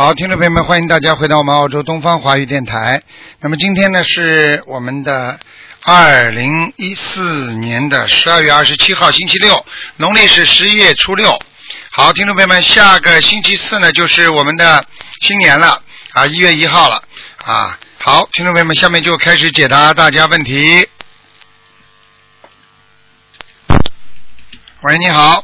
好，听众朋友们，欢迎大家回到我们澳洲东方华语电台。那么今天呢是我们的2014年的12月27号星期六，农历是11月初六。好，听众朋友们，下个星期四呢就是我们的新年了啊，1月1号了啊。好，听众朋友们，下面就开始解答大家问题。喂，你好。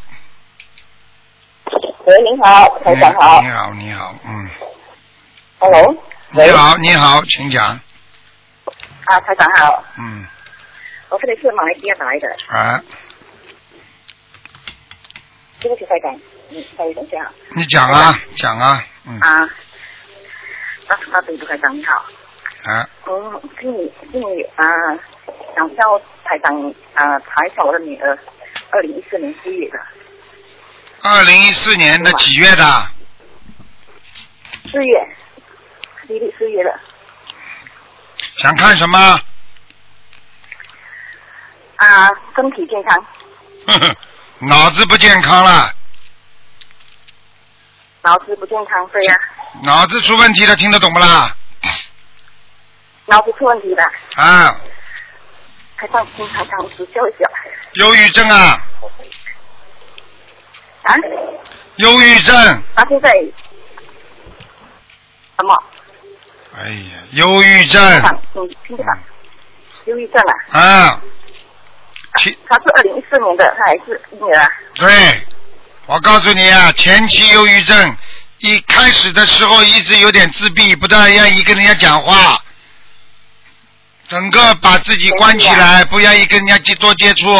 喂，你好，台长好。 你好，你好，嗯。 Hello。 你好，你好，请讲。 啊，台长好。 嗯。 我这里是马来西亚打来的。 啊。 对不起，台长，稍微等一下。 你讲啊，讲啊，嗯。 啊。对不，台长你好。 啊。 经理想叫台长查一下我的女儿，2014年4月的。 2014年的几月的 ？4月，农历4月的。 想看什么？ 身体健康。 呵呵，脑子不健康了。 脑子不健康，对呀。 脑子出问题了，听得懂不啦？ 脑子出问题的。 啊。 台长指教一下。 忧郁症啊。 啊？ 忧郁症。 他现在什么？ 哎呀，忧郁症。 听得到？忧郁症啊？ 啊。 他是2014年的，他还是婴儿啊？ 对，我告诉你啊，前期忧郁症，一开始的时候一直有点自闭，不大愿意跟人家讲话，整个把自己关起来，不愿意跟人家多接触。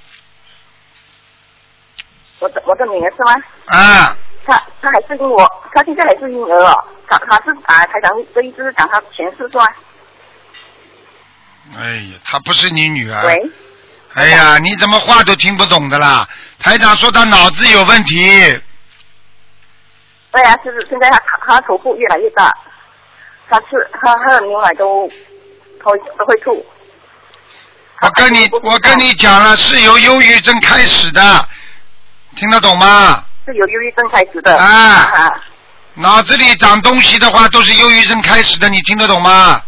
我的女儿是吗？ 啊。 他还是他现在还是婴儿哦。他是台长这一次是讲他前世是吗？ 哎呀，他不是你女儿。 喂。 哎呀，你怎么话都听不懂的啦？台长说他脑子有问题。 对啊，是现在他头部越来越大，他的牛奶都会吐。 我跟你讲了，是由忧郁症开始的。听得懂吗？ 是由忧郁症开始的。 脑子里长东西的话都是忧郁症开始的，你听得懂吗？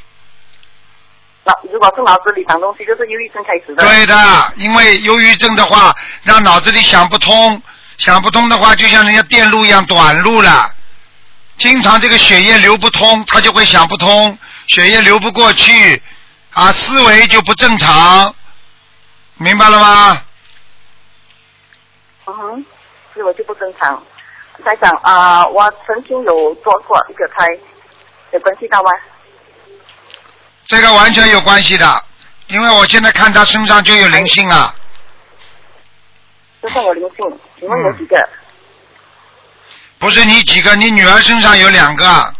如果是脑子里长东西，就是忧郁症开始的。 对的，因为忧郁症的话，让脑子里想不通，想不通的话，就像人家电路一样短路了。经常这个血液流不通，他就会想不通，血液流不过去，思维就不正常，明白了吗？ 思维就不正常。台长我曾经有做过一个胎，有关系到吗？ 这个完全有关系的，因为我现在看他身上就有灵性啊。 身上有灵性，请问有几个？ 不是你几个，你女儿身上有2个。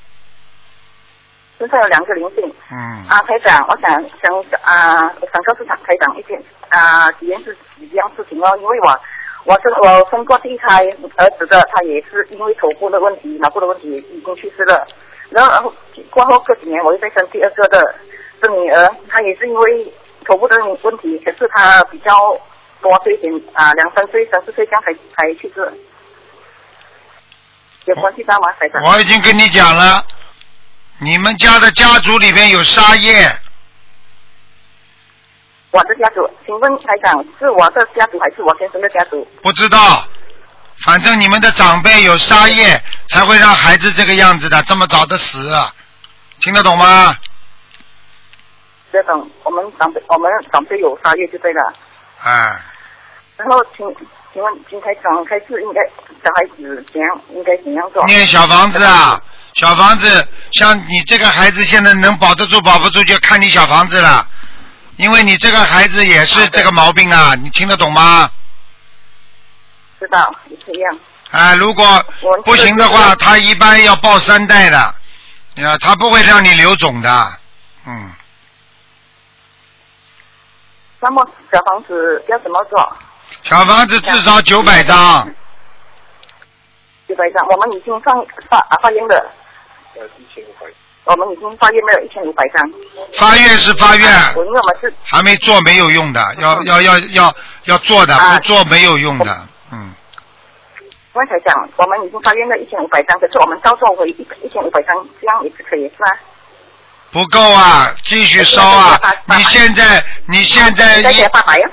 身上有2个灵性。台长，我想告诉台长一件几样事情哦，因为我生过第一胎儿子的，他也是因为头部的问题、脑部的问题已经去世了。然后过后这几年，我又再生第2个的女儿，她也是因为头部的问题，可是她比较多岁一点2-3岁、3-4岁这样才去世。有关系到吗，台长？ 我已经跟你讲了，你们家的家族里面有杀业。 我的家族，请问台长是我的家族还是我先生的家族？ 不知道，反正你们的长辈有杀业，才会让孩子这个样子的，这么早的死，听得懂吗？ 听得懂，我们长辈有杀业就对了。然后请问台长开始应该小孩子应该怎样做？ 念小房子啊，小房子，像你这个孩子现在能保得住保不住，就看你小房子了。因为你这个孩子也是这个毛病啊，你听得懂吗？ 知道，也是一样。 如果不行的话，他一般要报3代的，他不会让你留种的。 那么小房子要怎么做？ 小房子至少900张。 900张，我们已经发愿了。我们已经发愿了1500张。 发愿是发愿， 因为我们是还没做没有用的，要做的，不做没有用的。 刚才讲我们已经发愿了1500张，可是我们照做回1500张，这样也是可以是吧？ 不够啊，继续烧啊！你现在再加800呀？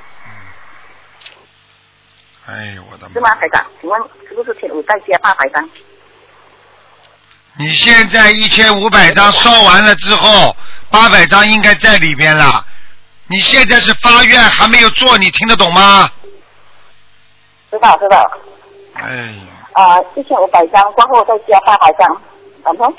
哎呦我的妈！ 是吗，台长？请问是不是1500再加800张？ 你现在1500张烧完了之后，800张应该在里边了。你现在是发愿还没有做，你听得懂吗？ 知道。 哎呀。 1500张过后再加800张，然后？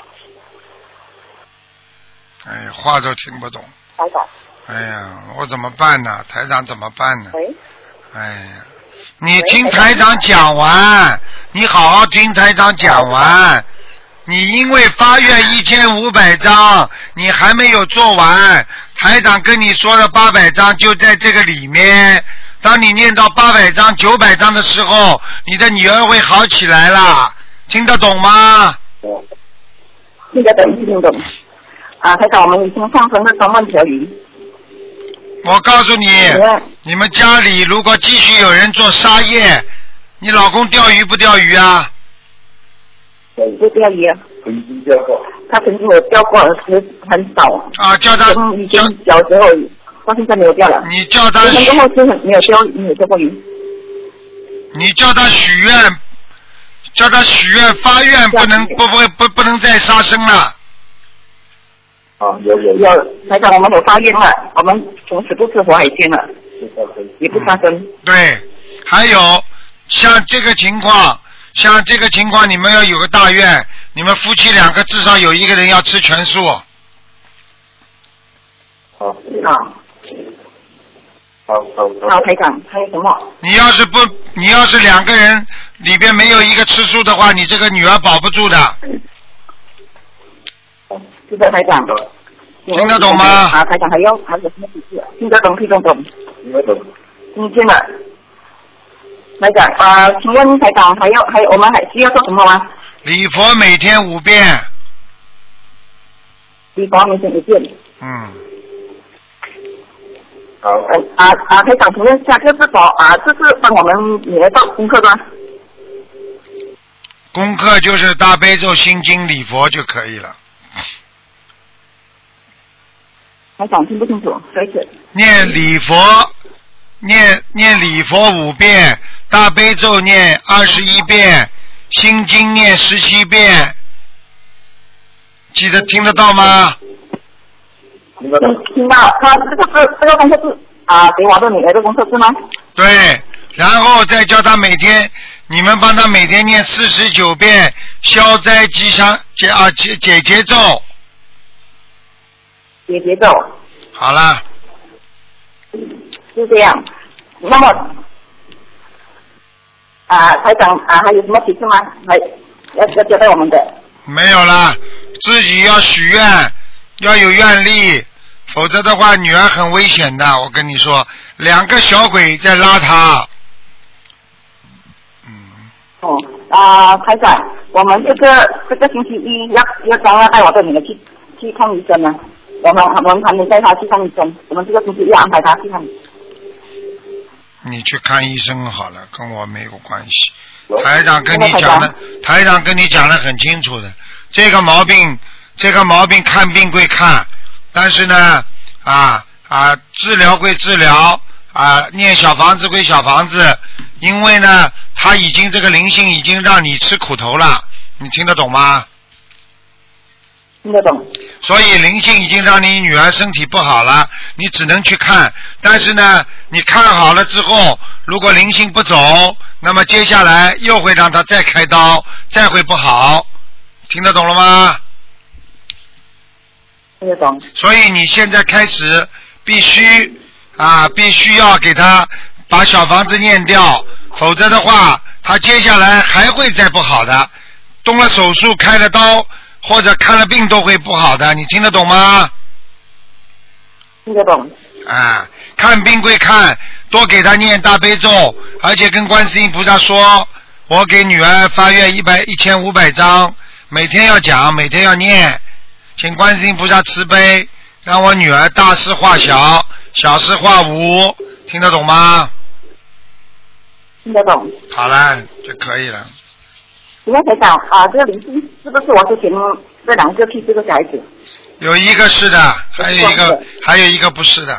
哎，话都听不懂。 台长。 哎呀，我怎么办呢？台长怎么办呢？ 喂。 哎呀，你听台长讲完，你好好听台长讲完。你因为发愿1500张，你还没有做完，台长跟你说的800张就在这个里面。当你念到800张、900张的时候，你的女儿会好起来了，听得懂吗？ 听得懂。台长，我们已经上升了3万条鱼。 我告诉你，你们家里如果继续有人做沙业，你老公钓鱼不钓鱼啊？ 不钓鱼啊。曾经钓过。他曾经有钓过，是很少。 啊，叫他。 以前小时候，到现在没有钓了。 你叫他。 结婚后是没有钓过鱼。 你叫他许愿，发愿，不能再杀生了。 有，台长，我们有发愿了，我们从此不吃活海鲜了，也不杀生。 对，还有像这个情况，你们要有个大愿，你们夫妻2个至少有一个人要吃全素。 好，台长，还有什么？ 你要是2个人里边没有一个吃素的话，你这个女儿保不住的。 是的，台长。 听得懂吗？ 台长还有什么指示？听得懂。听见了。台长，请问台长还有我们还需要做什么吗？ 礼佛每天5遍。 礼佛每天5遍。 好。 台长，请问下这是这是帮我们女儿做功课吗？ 功课就是大悲咒、心经、礼佛就可以了。 台长听不清楚，再一次。 念礼佛5遍，大悲咒念21遍，心经念17遍，记得听得到吗？ 听到。他这个功课是给我的女儿的功课是吗？ 对，然后再叫他你们帮他每天念49遍消灾吉祥解结咒。 解结咒。 好了。 是这样。那么台长还有什么提示吗？要交代我们的。没有了，自己要许愿，要有愿力，否则的话女儿很危险的。我跟你说，2个小鬼在拉她。 台长，我们这个星期一要带我的女儿去看医生呢。我们还没带她去看医生，我们这个星期一安排她去看。 你去看医生好了，跟我没有关系。台长跟你讲的很清楚的，这个毛病看病归看，但是呢治疗归治疗念小房子归小房子，因为呢他这个灵性已经让你吃苦头了，你听得懂吗？ 听得懂。 所以灵性已经让你女儿身体不好了，你只能去看，但是呢你看好了之后，如果灵性不走，那么接下来又会让她再开刀，再会不好，听得懂了吗？ 听得懂。 所以你现在开始必须要给她把小房子念掉，否则的话她接下来还会再不好的，动了手术开了刀或者看了病都会不好的，你听得懂吗？ 听得懂。 看病归看，多给他念大悲咒，而且跟观世音菩萨说，我给女儿发愿1500张，每天要讲，每天要念，请观世音菩萨慈悲，让我女儿大事化小，小事化无，听得懂吗？ 听得懂。 好了，就可以了。 请问台长啊，这个灵性是不是我之前这2个去世的小孩子？ 有一个是的，还有一个不是的。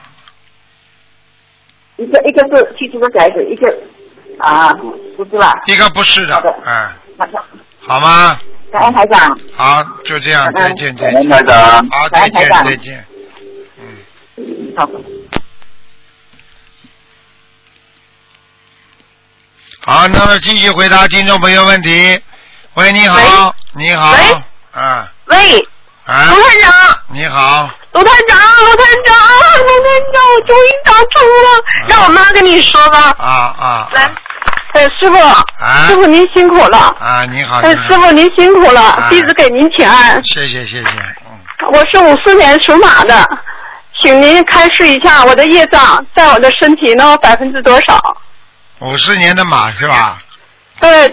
一个是去世的小孩子，一个不是吧？ 一个不是的。 好的。 好吗？ 感恩台长。 好，就这样，再见。 感恩台长。 好，再见。 好。 好，那么继续回答听众朋友问题。喂，你好。你好。 喂。喂。卢台长。 你好。 卢台长，我终于打通了，让我妈跟你说吧。来。师傅您辛苦了。 你好。 师傅您辛苦了，弟子给您请安。 谢谢。 我是54年属马的，请您开示一下我的业障在我的身体呢%多少 ？54年的马是吧？ 对。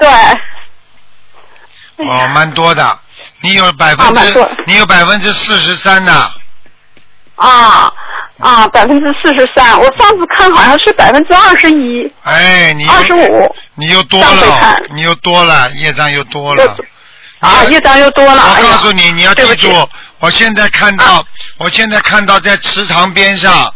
蛮多的，你有43%的。 43%，我上次看好像是21%。 哎，你 25， 你又多了，业障又多了。 业障又多了。 我告诉你，你要记住，我现在看到在池塘边上，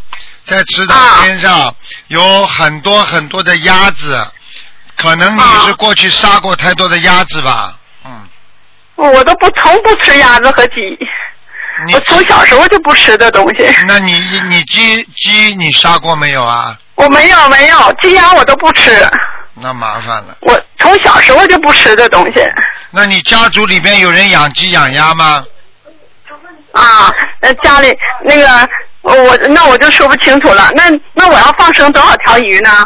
有很多很多的鸭子，可能你是过去杀过太多的鸭子吧？ 我都从不吃鸭子和鸡。我从小时候就不吃的东西。 那你鸡你杀过没有啊？ 我没有，鸡鸭我都不吃。 那麻烦了。 我从小时候就不吃的东西。 那你家族里边有人养鸡养鸭吗？ 家里那个我就说不清楚了。那我要放生多少条鱼呢？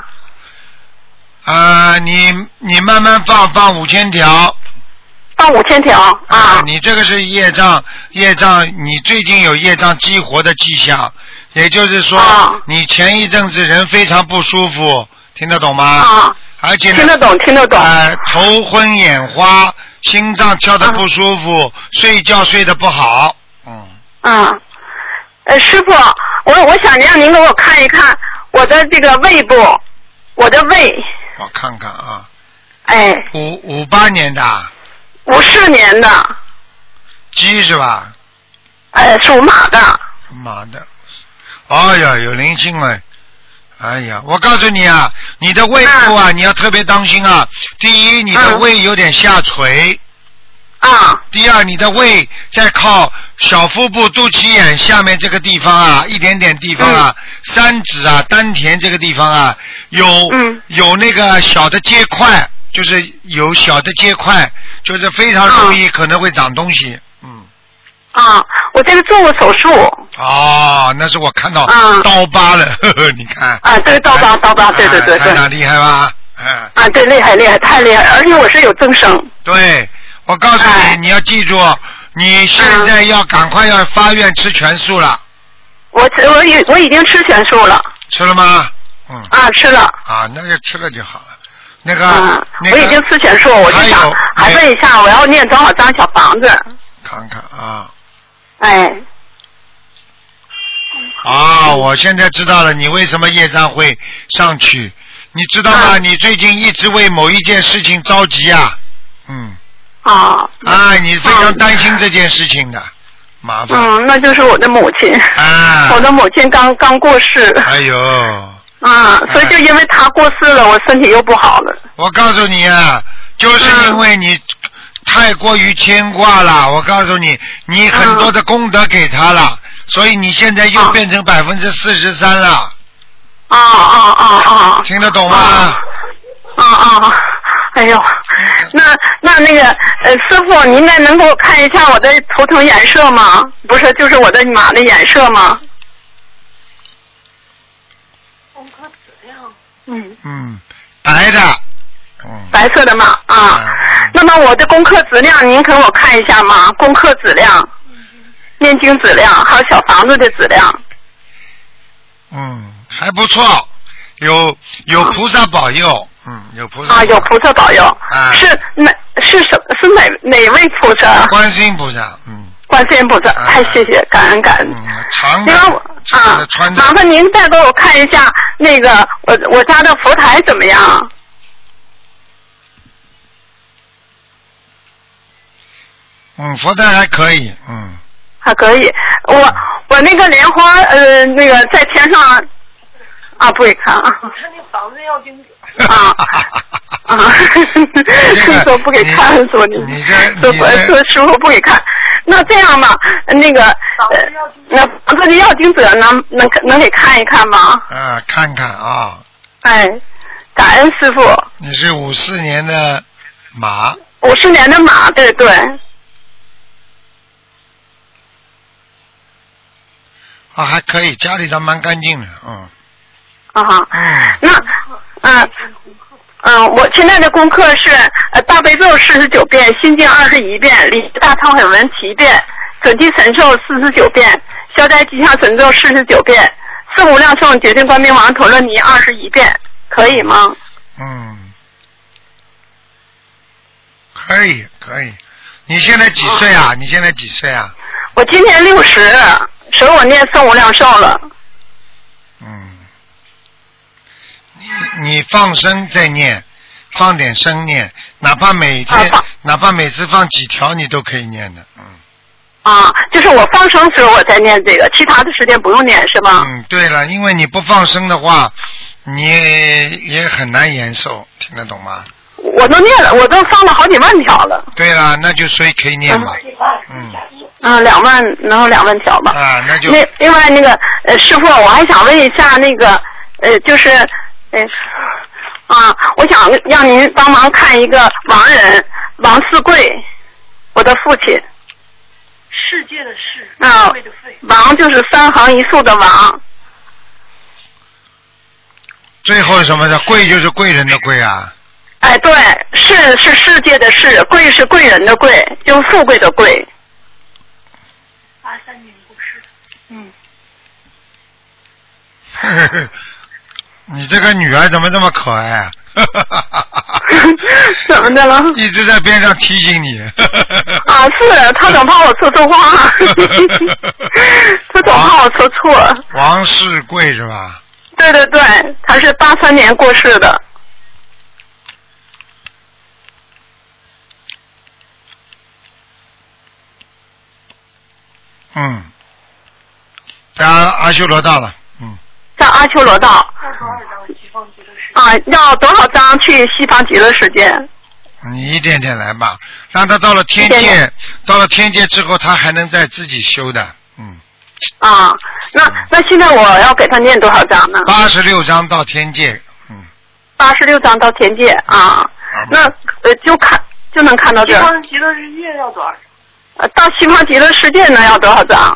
你慢慢放5000条。 放5000条你这个是业障，你最近有业障激活的迹象，也就是说，你前一阵子人非常不舒服，听得懂吗？而且听得懂。 头昏眼花，心脏跳得不舒服，睡觉睡得不好。 师傅，我想让您给我看一看我的这个胃部，我的胃。 我看看啊。 58 年的。 54年的。 鸡是吧？ 属马的。 马的。哎呀，有灵性哎！哎呀，我告诉你啊，你的胃部啊，你要特别当心啊。第一，你的胃有点下垂。第二，你的胃在靠小腹部肚脐眼下面这个地方啊，一点点地方啊，三指啊，丹田这个地方啊，有那个小的结块。就是有小的结块，就是非常容易可能会长东西。 我这个做过手术。 那是我看到刀疤了，呵呵，你看。 这个刀疤，对。 看到厉害吧？ 对，厉害，太厉害，而且我是有增生。 对，我告诉你，你要记住，你现在要赶快要发愿吃全素了。 我已经吃全素了。 吃了吗？ 吃了。 那就吃了就好了。 我已经吃全素，我就想还问一下，我要念多少张小房子？ 看看啊。我现在知道了，你为什么业障会上去？你知道吗？你最近一直为某一件事情着急啊。你非常担心这件事情的，麻烦。 那就是我的母亲。我的母亲刚过世。 哎呦。 所以就因为他过世了，我身体又不好了。 我告诉你啊，就是因为你太过于牵挂了。我告诉你，你很多的功德给他了，所以你现在又变成43%了。听得懂吗？ 哎呦，那个师傅，您能给我看一下我的图腾颜色吗？不是，就是我的马的颜色吗？ 白的。 白色的嘛那么我的功课质量您给我看一下吗？功课质量、念经质量还有小房子的质量。 还不错，有菩萨保佑。有菩萨。 有菩萨保佑。是哪位菩萨？ 观世音菩萨。 观世音菩萨，太谢谢，感恩。 长的麻烦您再给我看一下那个我家的佛台怎么样？ 佛台还可以， 还可以。我那个莲花那个在天上啊，不给看啊。 你看那房子要经者。 说不给看，说说师傅不给看。那这样吧，那个那房子的要经者能给看一看吗？ 看看啊。 哎，感恩师傅。 你是54年的马。 50年的马，对对。 还可以，家里倒蛮干净的， 我现在的功课是大悲咒49遍，心经21遍，礼大忏悔文7遍，准提神咒49遍，消灾吉祥神咒49遍，四无量寿决定观明王陀罗尼21遍，可以吗？ 可以。你现在几岁啊？ 我今年60，所以我念四无量寿了。 你放生再念，放点声念，哪怕每次放几条你都可以念的。 就是我放生时候我再念这个，其他的时间不用念是吗？ 对了，因为你不放生的话，你也很难延寿，听得懂吗？ 我都念了，我都放了好几万条了。 对了，那就所以可以念嘛。 2万，然后2万条吧。 那就。 另外那个师傅，我还想问一下那个就是我想让您帮忙看一个亡人王世贵，我的父亲。 世界的世，贵的贵。 王就是3横1竖的王。 最后什么的贵就是贵人的贵啊。 哎，对，世是世界的世，贵是贵人的贵，就是富贵的贵。 83年过世的。 你这个女儿怎么这么可爱啊？ 怎么的了？ 一直在边上提醒你。 是她总怕我说错话。她总怕我说错。 王世贵是吧？ 对，她是83年过世的。 在阿修罗道了。 在阿修罗道。要多少张去西方极乐世界？ 你一点点来吧，让他到了天界，到了天界之后，他还能再自己修的。 那现在我要给他念多少张呢 ？86张到天界。 86张到天界那就能看到这。 西方极乐世界要多少？ 到西方极乐世界呢要多少张？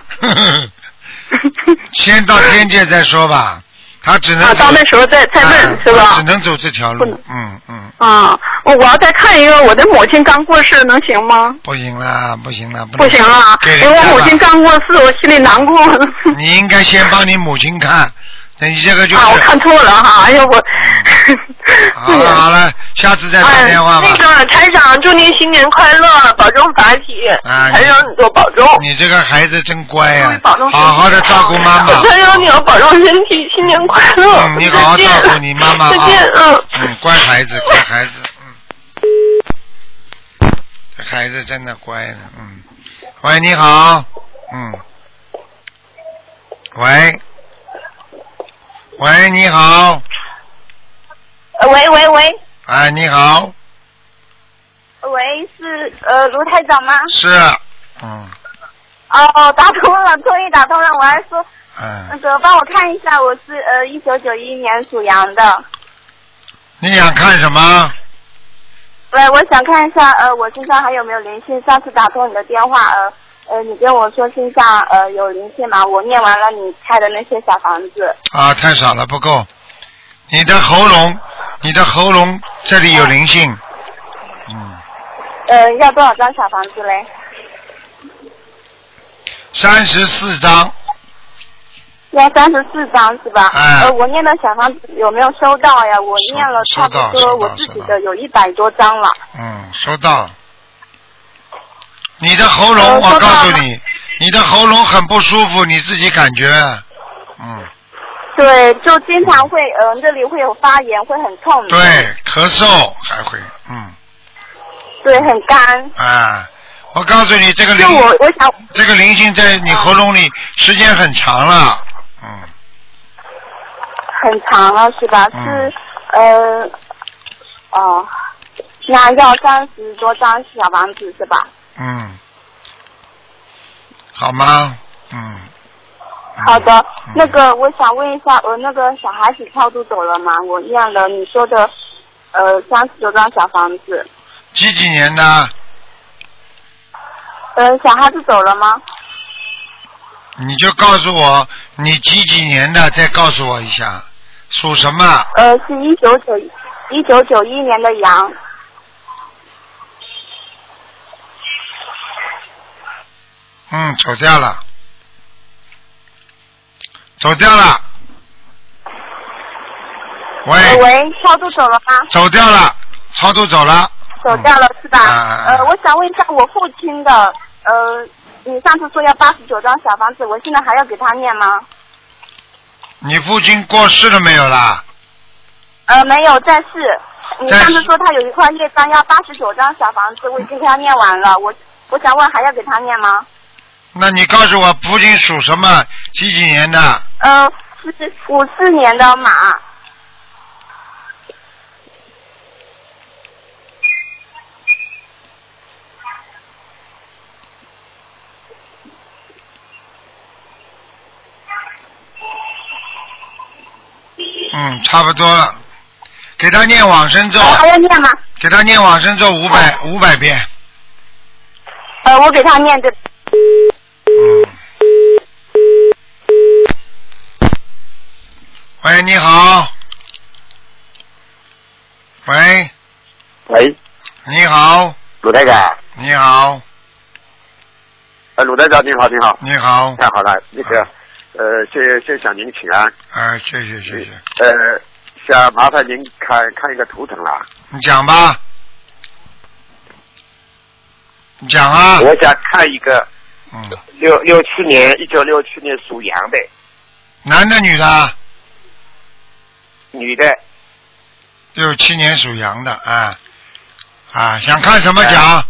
先到天界再说吧，他只能到那时候再问是吧？ 只能走这条路。 我要再看一个，我的母亲刚过世，能行吗？ 不行了， 因为我母亲刚过世，我心里难过。 你应该先帮你母亲看。你这个就是我看错了哈，哎呀我。 好了，下次再打电话吧。 那个台长，祝您新年快乐，保重法体。台长，你多保重。 你这个孩子真乖呀，好好的照顾妈妈。 台长，你要保重身体，新年快乐。 你好好照顾你妈妈。 再见。 乖孩子。这孩子真的乖呢。喂，你好。喂，你好。 喂。 你好。 喂，是卢台长吗？ 是。 打通了，终于打通了。我还说，那个帮我看一下，我是1991年属羊的。 你想看什么？ 我想看一下，我身上还有没有灵性？上次打通你的电话，你跟我说身上有灵性吗？我念完了你开的那些小房子。 太少了，不够。你的喉咙这里有灵性。 要多少张小房子嘞 ？34张。 要34张是吧？我念的小房子有没有收到呀？我念了差不多我自己的有100多张了。 收到了。你的喉咙，我告诉你，你的喉咙很不舒服，你自己感觉。 对，就经常会这里会有发炎，会很痛。 对，咳嗽还会。 对，很干。 我告诉你，这个灵， 我想这个灵性在你喉咙里时间很长了， 很长了是吧？是那要30多张小房子是吧？ 好吗？ 好的，那个我想问一下，那个小孩子超度走了吗？我念了你说的30多张小房子。 几年的？ 小孩子走了吗？ 你就告诉我你几年的，再告诉我一下，属什么？ 是1991年的羊。 走掉了。 喂，超度走了吗？ 走掉了，超度走了。 走掉了是吧？我想问一下我父亲的，你上次说要89张小房子，我现在还要给他念吗？ 你父亲过世了没有啦？ 没有，在世。你上次说他有一块业障要89张小房子，我已经给他念完了。我想问还要给他念吗？ 那你告诉我父亲属什么？几年的？ 是54年的马。 差不多了，给他念往生咒。 还要念吗？ 给他念往生咒500遍。 我给他念的。 喂，你好。喂。你好。 鲁台长。 你好。 鲁台长，你好，你好。 你好。 太好了，那个。先向您请安。 谢谢。 想麻烦您看一个图腾啦。 你讲吧。你讲啊。 我想看一个1967年属羊的。 男的女的？ 女的。 67年属羊的想看什么讲？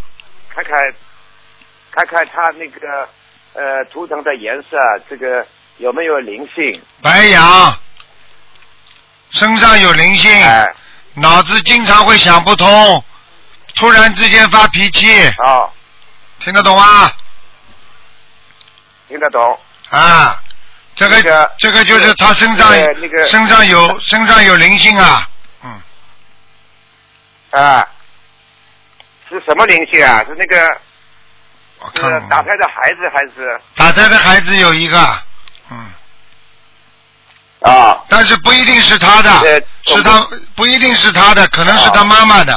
看看他那个图腾的颜色，这个有没有灵性？ 白羊，身上有灵性，脑子经常会想不通，突然之间发脾气。听得懂吗？ 听得懂。 这个就是他身上有灵性啊。 是什么灵性啊？是那个。 我看看打胎的孩子还是？ 打胎的孩子有一个。但是不一定是他的，不一定是他的，可能是他妈妈的。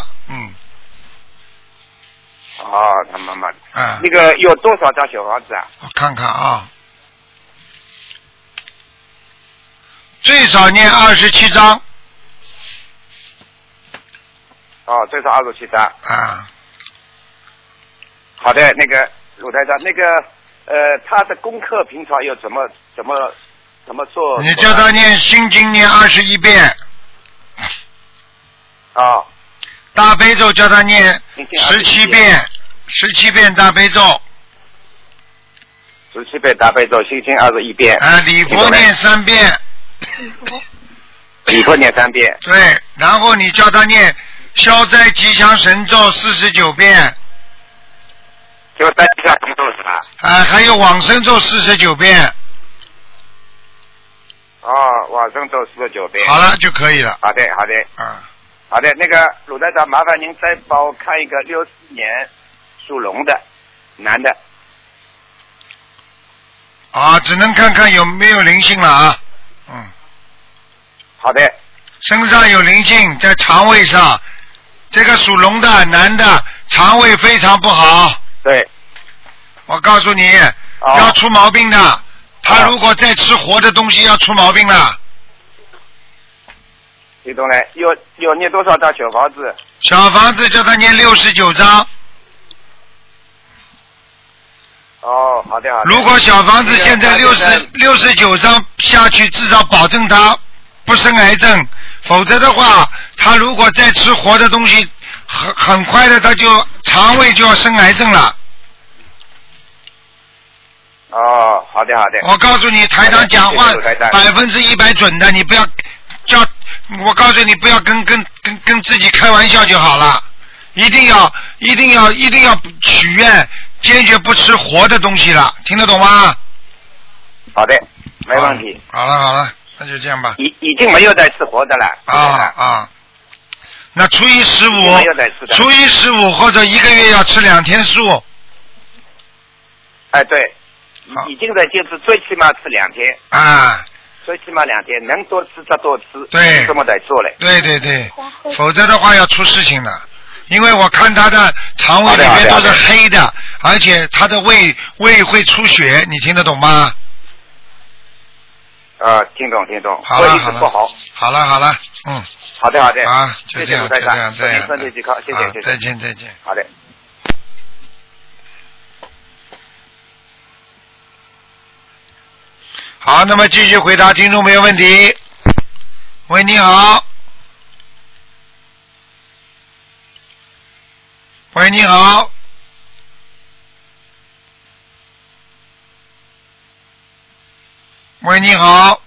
他妈妈的。那个有多少张小房子啊？ 我看看啊，最少念27张。 最少27张。好的，那个鲁台长，那个他的功课平常要怎么做？ 你叫他念心经念21遍。大悲咒叫他念17遍，17遍大悲咒。 17遍大悲咒，心经21遍。 礼佛念3遍。 礼佛念3遍。 对，然后你叫他念消灾吉祥神咒49遍。 就在吉祥神咒是吧？ 还有往生咒49遍。 往生咒49遍。 好了就可以了。 好的。好的，那个鲁台长，麻烦您再帮我看一个64年属龙的男的。 只能看看有没有灵性了啊。 好的。 身上有灵性，在肠胃上。这个属龙的男的肠胃非常不好。 对。 我告诉你，要出毛病的。他如果再吃活的东西，要出毛病了。 听懂了，有念多少张小房子？ 小房子叫他念69张。 好的。 如果小房子现在69张下去，至少保证他不生癌症，否则的话，他如果再吃活的东西，很快的他就肠胃就要生癌症了。 哦，好的好的。 我告诉你，台长讲话100%准的，你不要叫，我告诉你不要跟自己开玩笑就好了，一定要许愿，坚决不吃活的东西了，听得懂吗？ 好的，没问题。 好了，那就这样吧。 已经没有在吃活的了。 啊。那初一15或者1个月要吃2天素。 哎，对，已经在就是最起码吃2天。 啊。 最起码2天，能多吃则多吃。 对。 这么在做嘞。 对，否则的话要出事情的，因为我看他的肠胃里面都是黑的，而且他的胃会出血，你听得懂吗？ 听懂。 好了， 不好。 好了，嗯。 好的。 啊，就这样， 身体健康，谢谢。 再见。 好的。 好，那么继续回答听众朋友问题。喂，你好。喂，你好。喂，你好。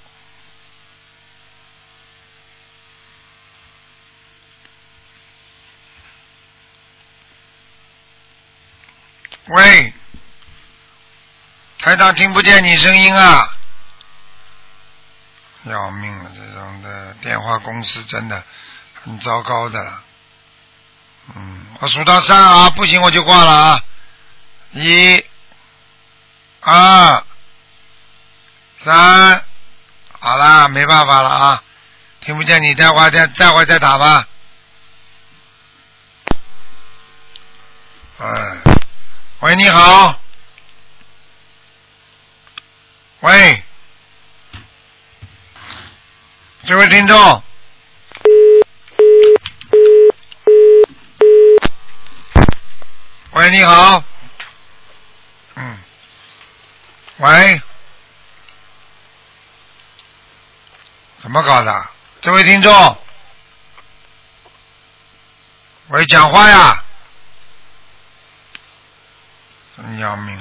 喂，台长听不见你声音啊！要命了，这种的电话公司真的很糟糕的了。我数到3啊，不行我就挂了啊。1、2、3，好啦，没办法了啊，听不见你，待会儿再打吧。喂，你好。喂，这位听众。喂，你好。喂，怎么搞的？这位听众，喂，讲话呀！真要命！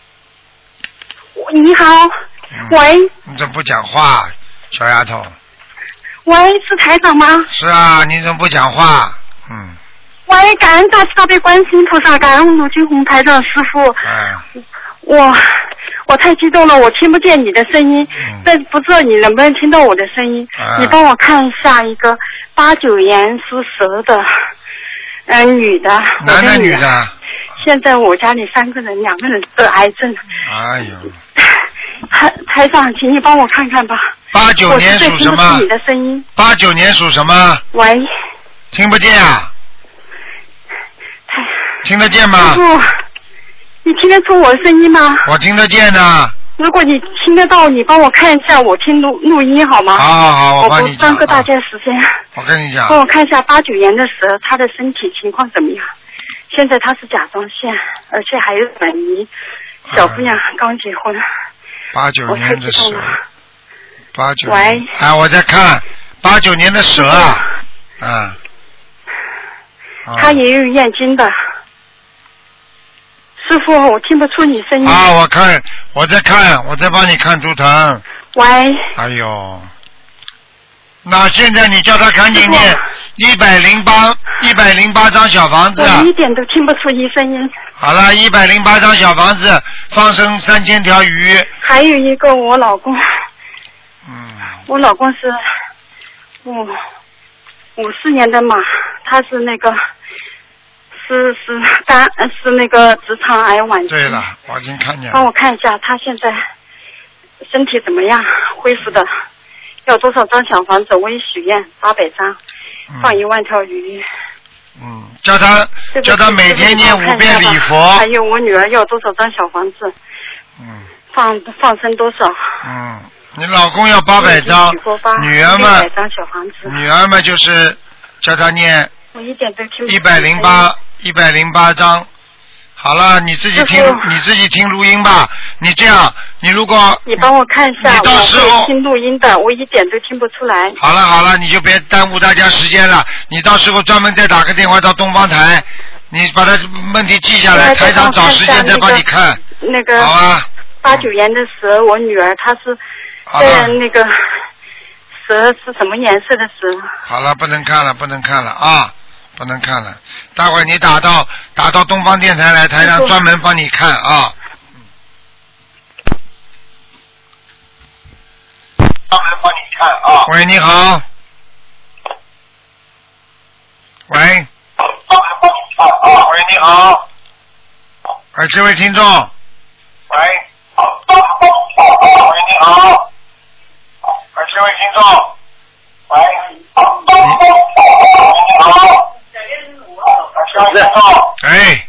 你好，喂。 你怎么不讲话，小丫头？ 喂，是台长吗？ 是啊，你怎么不讲话？ 喂，感恩大慈大悲观世音菩萨，感恩卢军红台长师傅。我太激动了，我听不见你的声音，但不知道你能不能听到我的声音。你帮我看一下一个89年属蛇的，女的， 男的女的？ 现在我家里3个人，2个人得癌症。 哎呦！ 台长，请你帮我看看吧。 89年属什么？ 我是最听不出你的声音。 89年属什么？ 喂。 听不见啊？听得见吗？ 师傅，你听得出我的声音吗？ 我听得见的。 如果你听得到，你帮我看一下，我听录音好吗？ 好，我帮你讲。 我不耽搁大家时间。 我跟你讲。 帮我看一下89年的蛇，他的身体情况怎么样？现在他是甲状腺，而且还有转移。小姑娘刚结婚。89 年的蛇。89。 喂。 我在看89年的蛇啊。 他也有念经的。师傅，我听不出你声音。 我在看，我在帮你看图腾。 喂。 哎呦，那现在你叫他赶紧念108张小房子。 我一点都听不出你声音。 好了，108张小房子，放生3000条鱼。 还有一个我老公。我老公是54年的马，他是那个。是那个直肠癌晚期。 对了，我已经看见了。 帮我看一下他现在身体怎么样，恢复的，要多少张小房子？我也许愿800张，放1万条鱼。 叫他每天念5遍礼佛。 还有我女儿要多少张小房子？放生多少？ 你老公要800张，女儿们 100张小房子。 女儿们就是叫他念。 我一点都听不 108张，好了，你自己听录音吧。你这样，你如果你帮我看一下， 你到时候我会听录音的，我一点都听不出来。 好了，你就别耽误大家时间了。你到时候专门再打个电话到东方台，你把他问题记下来，台长找时间再帮你看。 那个好啊。 89年的蛇，我女儿她是那个蛇是什么颜色的蛇？ 好了，不能看了，不能看了啊，不能看了。待会儿你打到东方电台来，台上专门帮你看啊。专门帮你看啊。喂，你好。喂。喂，你好。哎，这位听众。喂。喂，你好。哎，这位听众。喂。你好。哎。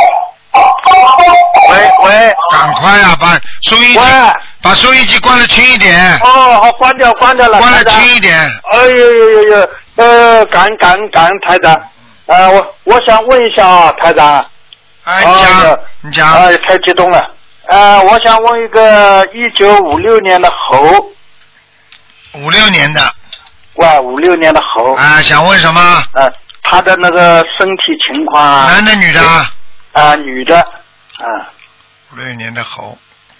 喂，赶快啊，把收音机关了轻一点。 哦，好，关掉了。 关了轻一点。 哎呦，感恩台长。我想问一下啊，台长。 你讲。 太激动了。我想问一个1956年的猴。 56年的。 哇，56年的猴。 啊，想问什么？ 他的那个身体情况。 男的女的？ 女的。 56年的猴。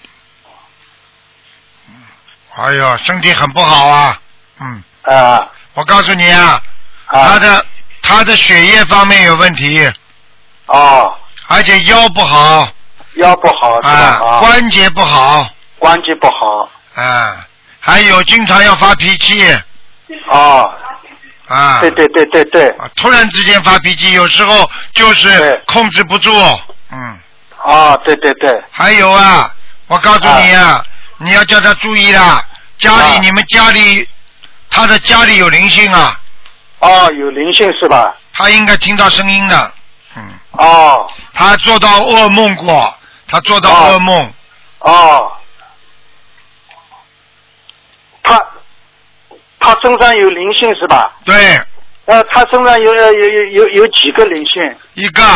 哎呦，身体很不好啊。我告诉你啊，他的血液方面有问题。而且腰不好。关节不好。还有经常要发脾气。 对。 突然之间发脾气，有时候就是控制不住。 对。 还有啊，我告诉你啊，你要叫他注意啦。你们家里，他的家里有灵性啊。 有灵性是吧？ 他应该听到声音的。他做到噩梦过， 他身上有灵性是吧？ 对。 他身上有几个灵性？ 一个。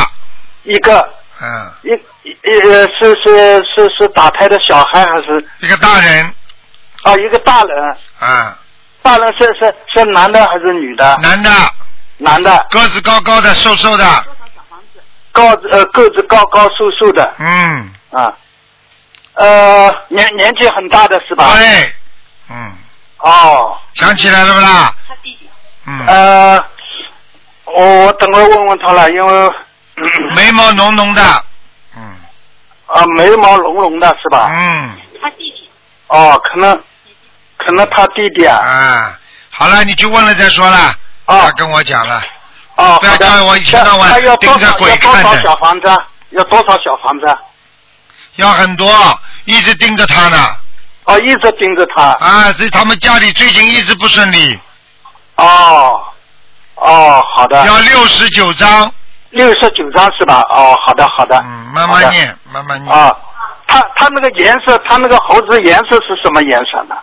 是打胎的小孩还是？ 一个大人。 一个大人。大人是男的还是女的？ 男的。个子高高的，瘦瘦的。 个子高高瘦瘦的。年纪很大的是吧？ 对。想起来了不啦？ 他弟弟。我等会问问他了，因为眉毛浓浓的。 眉毛浓浓的是吧？ 他弟弟。 可能他弟弟啊。 好了，你去问了再说了。他跟我讲了。不要叫我一天到晚盯着鬼看的。 要多少小房子？ 要很多，一直盯着他呢。 一直盯着他。 所以他们家里最近一直不顺利。 好的。 要69张。 69张是吧？好的。 慢慢念。 他那个颜色，他那个猴子颜色是什么颜色呢？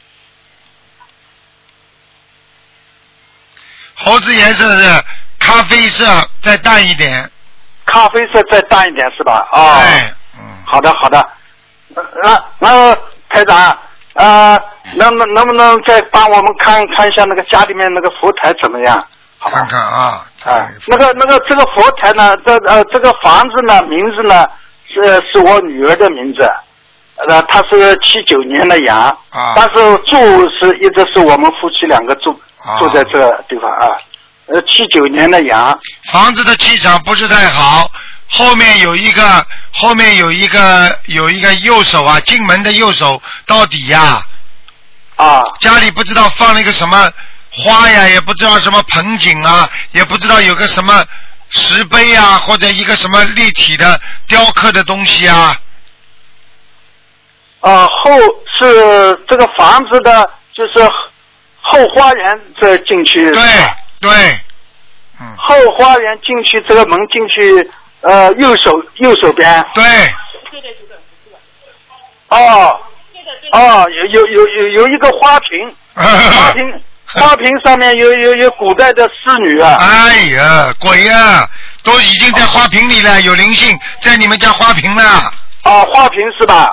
猴子颜色是咖啡色，再淡一点。 咖啡色再淡一点是吧？ 对。 好的。那台长，能不能再帮我们看一下那个家里面那个佛台怎么样？ 看看啊。 那个这个佛台呢，这个房子呢，名字呢是我女儿的名字，她是79年的羊，但是一直是我们夫妻两个住在这个地方79年的羊。 房子的气场不是太好，后面有一个右手啊，进门的右手到底呀。家里不知道放了一个什么花呀，也不知道什么盆景啊，也不知道有个什么石碑啊，或者一个什么立体的雕刻的东西啊。 是这个房子的，就是后花园这进去。 对。 后花园进去，这个门进去，右手边。 对。 有一个花瓶。花瓶上面有古代的仕女啊！ 哎呀，鬼呀，都已经在花瓶里了，有灵性在你们家花瓶了。 花瓶是吧？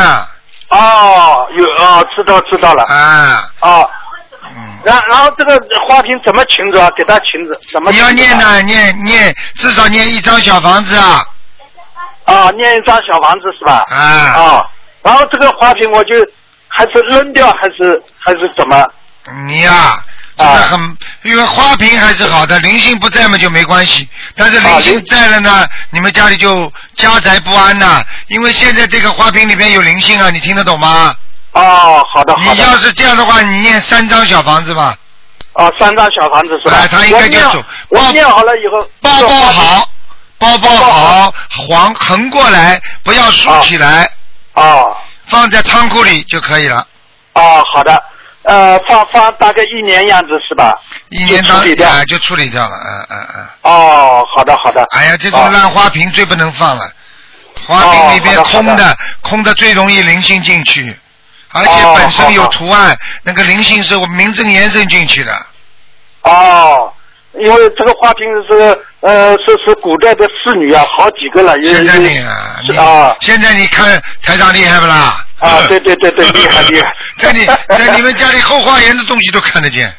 知道了。然后这个花瓶怎么请着？给他请着怎么？ 你要念呢，念至少念1张小房子啊。 念1张小房子是吧？ 然后这个花瓶我就还是扔掉还是怎么？ 你呀，真的很，因为花瓶还是好的，灵性不在嘛就没关系，但是灵性在了呢，你们家里就家宅不安呐，因为现在这个花瓶里边有灵性啊，你听得懂吗？ 哦，好的。 你要是这样的话，你念3张小房子吧。 哦，3张小房子是吧？ 哎，他应该就走。 我念好了以后， 包好，横过来，不要竖起来。 哦。 放在仓库里就可以了。 哦，好的。放大概1年样子是吧 ？1年就处理掉， 就处理掉了。 哦，好的。 哎呀，这种烂花瓶最不能放了，花瓶里边空的最容易灵性进去，而且本身有图案，那个灵性是我名正言顺进去的。 哦，因为这个花瓶是古代的侍女啊，好几个了。 现在你看台长厉害不啦？ 啊，对，厉害。 在你们家里后花园的东西都看得见。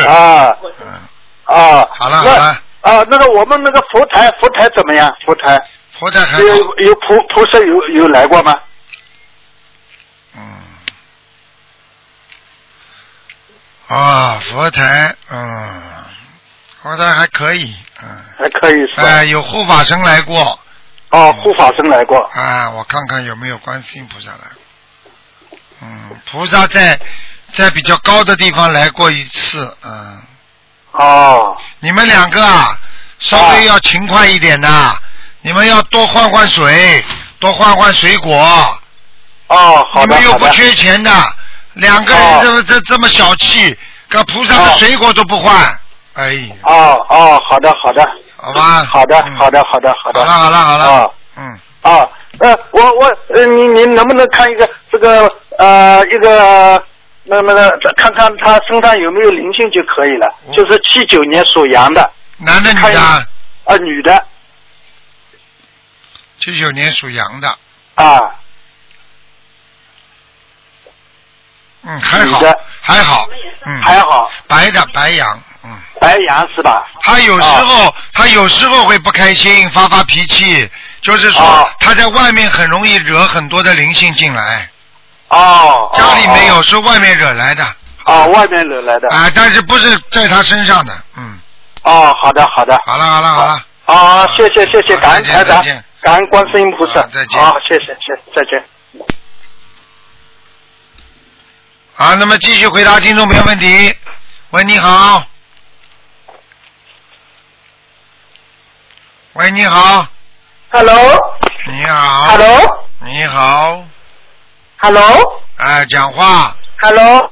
好了。 那个我们那个佛台怎么样？佛台还好。 有菩萨有来过吗？ 佛台，佛台还可以， 还可以是吧？ 有护法神来过。 护法神来过。 我看看有没有观世音菩萨来过。菩萨在比较高的地方来过一次，你们2个稍微要勤快一点的，你们要多换水，多换水果。 好的。 你们又不缺钱的，2个人这么小气，跟菩萨的水果都不换，哎。 好的。 好吧。 好的。 好了。 你能不能看一个这个那看看他身上有没有灵性就可以了，就是79年属羊的。 男的女的？ 女的。 79年属羊的。还好。 还好。 白羊。 白羊是吧？ 他有时候会不开心，发脾气，就是说他在外面很容易惹很多的灵性进来。家里没有，是外面惹来的。 外面惹来的。 但是不是在他身上的。 好的。好了。谢谢，感恩台长，感恩观世音菩萨。 再见。 谢谢，再见。 好，那么继续回答听众朋友问题。喂，你好。喂，你好。 Hello。 你好。 Hello。 你好。 Hello。 讲话。 Hello。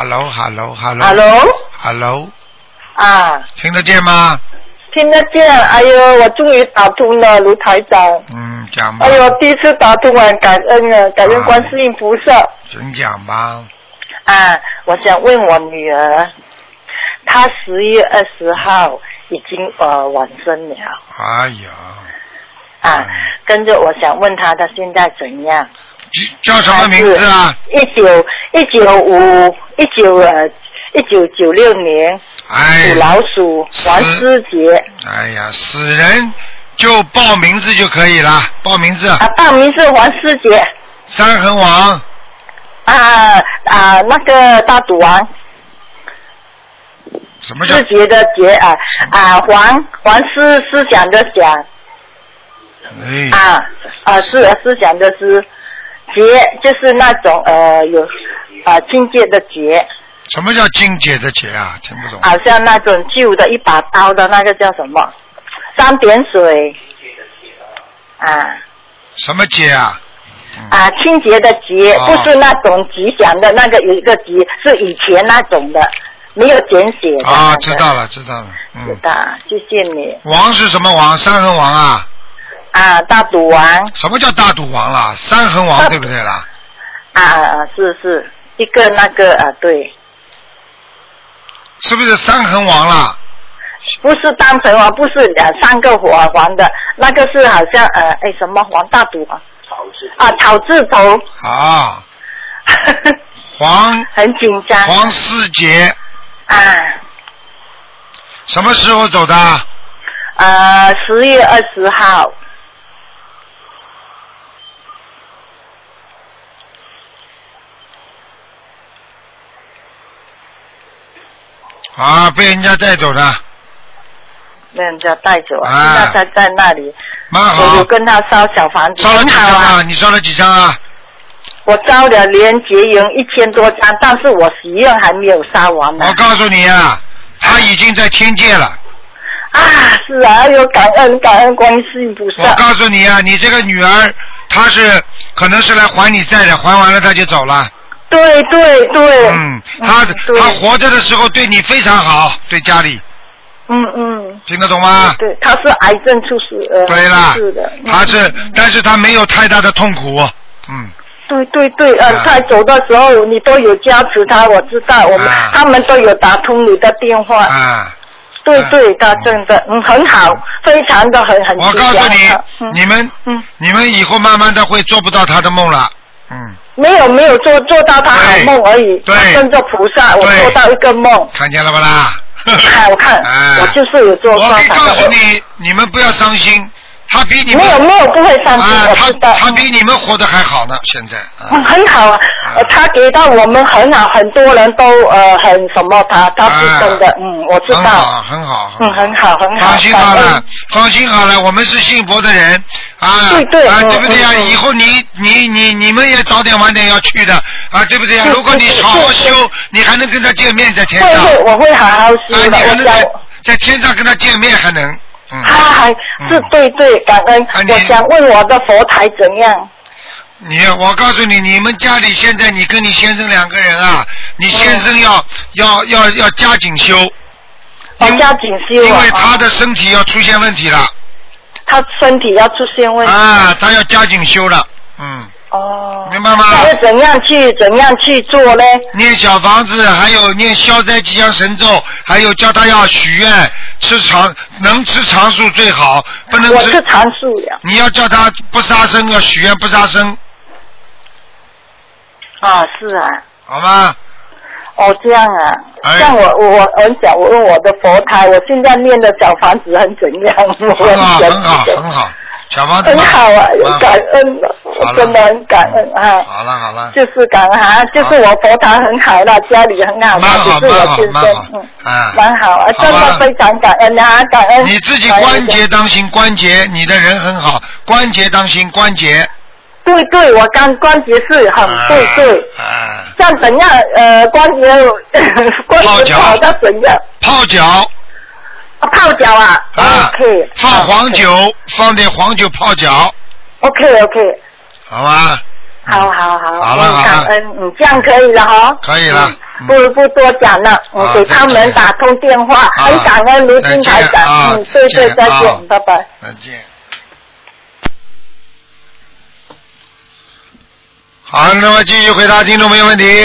Hello。听得见吗？ 听得见。哎呦，我终于打通了，卢台长。 讲吧。 哎呦，第一次打通啊，感恩观世音菩萨。 请讲吧。 我想问我女儿，她10月20号已经往生了。 哎呀。 跟着我想问她现在怎样？ 叫什么名字啊 ？1996年属老鼠，王思杰。 哎呀，死人就报名字就可以了，报名字。 报名字王思杰。 三横王。 那个大赌王。 什么叫？ 思杰的杰黄思想的想。思想的思。节就是那种有境界的节。 什么叫境界的节啊？听不懂。 好像那种旧的一把刀的那个叫什么？3点水。 什么节啊？ 清洁的洁，不是那种吉祥的那个有一个吉，是以前那种的，没有简写的。 知道了。 知道，谢谢你。 王是什么王？三横王啊？ 大赌王。 什么叫大赌王啦？三横王对不对啦？ 是一个那个对。 是不是三横王啦？ 不是单横王，不是3个黄的，那个是好像什么黄大赌王？草字头。 黄。 很紧张。 黄思杰。什么时候走的 ？10月20号。 啊，被人家带走的。 被人家带走啊！现在在那里。 蛮好。 我有跟他烧小房子。 烧了几张啊？你烧了几张啊？ 我烧了连结营1000多张，但是我许愿还没有烧完呢。 我告诉你啊，他已经在天界了。 啊，是啊，有感恩观世音菩萨。 我告诉你啊，你这个女儿，她可能是来还你债的，还完了她就走了。 对。 她活着的时候对你非常好，对家里。听得懂吗？ 对，她是癌症出事。 对了， 是的。 但是她没有太大的痛苦。 对，他走的时候你都有加持他，我知道，他们都有打通你的电话。对，他真的很好，非常的很。 我告诉你，你们以后慢慢的会做不到他的梦了。 没有做到他好梦而已。 对， 跟着菩萨，我做到一个梦。 看见了吧啦？ 我看，我就是有做。 我可以告诉你们不要伤心。他比你们没有不会伤心，我知道。 他比你们活得还好呢，现在。 很好啊，他给到我们很好，很多人都很什么他是真的，我知道。 很好。 很好。 放心好了，我们是信佛的人啊。 对不对呀？以后你们也早点晚点要去的啊，对不对呀？如果你好好修，你还能跟他见面在天上。 我会好好修的。 你还能在天上跟他见面还能。 是对，感恩。我想问我的佛台怎样？ 我告诉你，你们家里现在你跟你先生2个人啊，你先生要加紧修。 加紧修。 因为他的身体要出现问题了。 他身体要出现问题。 他要加紧修了。明白吗？ 那要怎样去做呢？ 念小房子，还有念消灾吉祥神咒，还有叫他要许愿，能吃长素最好，不能吃。 我吃长素呀。 你要叫他不杀生，要许愿不杀生。 是啊。 好吗？ 这样啊。像我很想我问我的佛台，我现在念的小房子很怎样？ 很好。小房子很好啊，感恩了，我真的很感恩啊。 好了。 就是感恩就是我佛堂很好了，家里很好，就是我先生，蛮好啊，真的非常感恩啊，感恩。 你自己关节当心，关节你的人很好，关节当心，关节。 对，我关节是很对。像怎样关节跑到怎样？ 泡脚。 泡脚啊，OK。 放黄酒，放点黄酒泡脚。 OK。 好吧。 好。 好了， 感恩，这样可以了哈。 可以了。 不多讲了，给他们打通电话，很感恩卢金台长。对，再见，拜拜。 再见。好，那么继续回答听众朋友问题。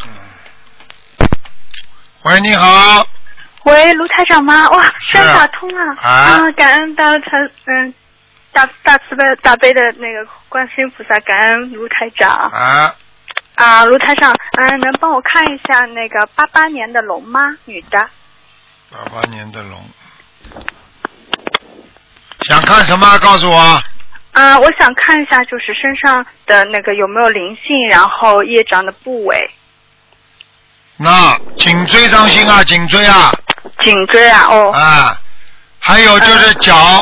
喂，你好。 喂，卢台长吗？哇，居然打通了！感恩大慈悲大悲的那个观世音菩萨，感恩卢台长。卢台长，能帮我看一下那个88年的龙吗？女的。 88年的龙。想看什么？告诉我。 我想看一下，就是身上的那个有没有灵性，然后业障的部位。 那颈椎当心啊，颈椎啊。 颈椎啊， 还有就是脚，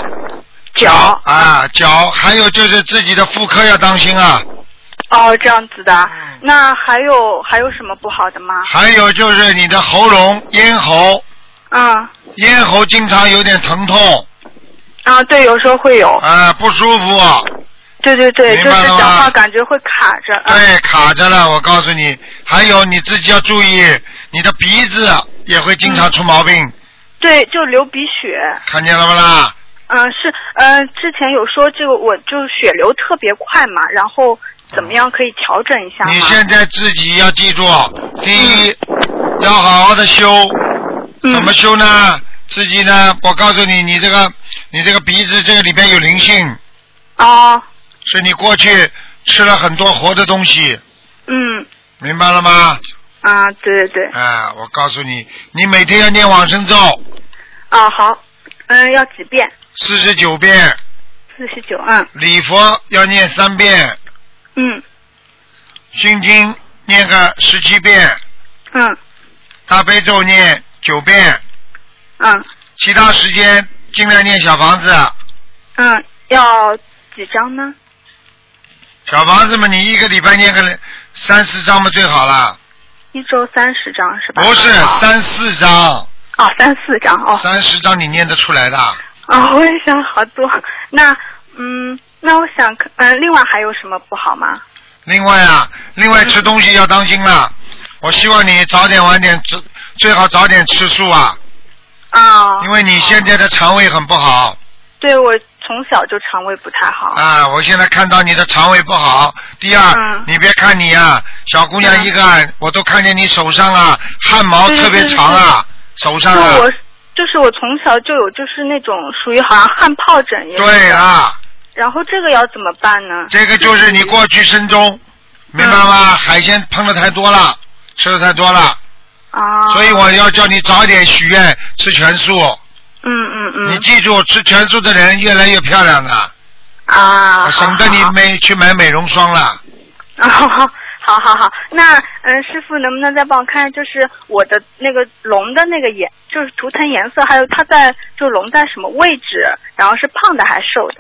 还有就是自己的妇科要当心啊。 这样子的。那还有什么不好的吗？ 还有就是你的喉咙、咽喉。咽喉经常有点疼痛。 对，有时候会有。 不舒服。 对，就是讲话感觉会卡着。 对，卡着了。我告诉你，还有你自己要注意，你的鼻子也会经常出毛病。 对，就流鼻血。 看见了不啦？ 是，之前有说这个，我就血流特别快嘛，然后怎么样可以调整一下吗？ 你现在自己要记住，第一，要好好的修。怎么修呢？自己呢，我告诉你，你这个鼻子这个里边有灵性。是你过去吃了很多活的东西。明白了吗？ 对。 我告诉你，你每天要念往生咒。 好。要几遍 ？49遍。 49。 礼佛要念3遍。心经念个17遍。大悲咒念 9遍。其他时间尽量念小房子。 要几张呢？ 小房子嘛，你一个礼拜念个3-4张嘛最好了。 1周30张是吧？ 不是3-4张。 3-4张 30张你念得出来的？ 我也想好多。那我想另外还有什么不好吗？ 另外吃东西要当心了。我希望你早点晚点最好早点吃素啊。因为你现在的肠胃很不好。 对，我从小就肠胃不太好。 我现在看到你的肠胃不好。第二，你别看你啊，小姑娘一个，我都看见你手上啊汗毛特别长啊，手上啊。 就是我从小就有，就是那种属于好像汗疱疹也。 对啊。 然后这个要怎么办呢？ 这个就是你过去生中，明白吗？海鲜碰的太多了，吃的太多了。所以我要叫你早点许愿吃全素。你记住，吃全素的人越来越漂亮的。省得你去买美容霜了。 好，那师傅能不能再帮我看，就是我的那个龙的那个就是图腾颜色，还有它就龙在什么位置，然后是胖的还是瘦的？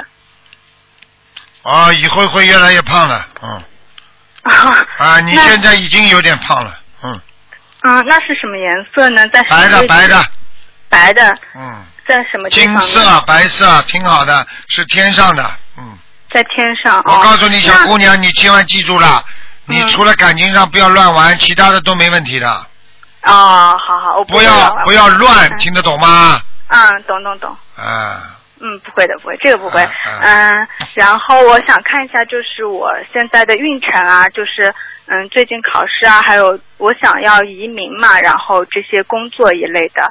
以后会越来越胖的。你现在已经有点胖了。 那是什么颜色呢？在什么位置？白的。 在什么地方？ 金色、白色，挺好的，是天上的。 在天上。 我告诉你，小姑娘，你千万记住了，你除了感情上不要乱玩，其他的都没问题的。 好，我不要乱，听得懂吗？ 懂。不会的，不会，这个不会。然后我想看一下，就是我现在的运程啊，就是最近考试啊，还有我想要移民嘛，然后这些工作一类的。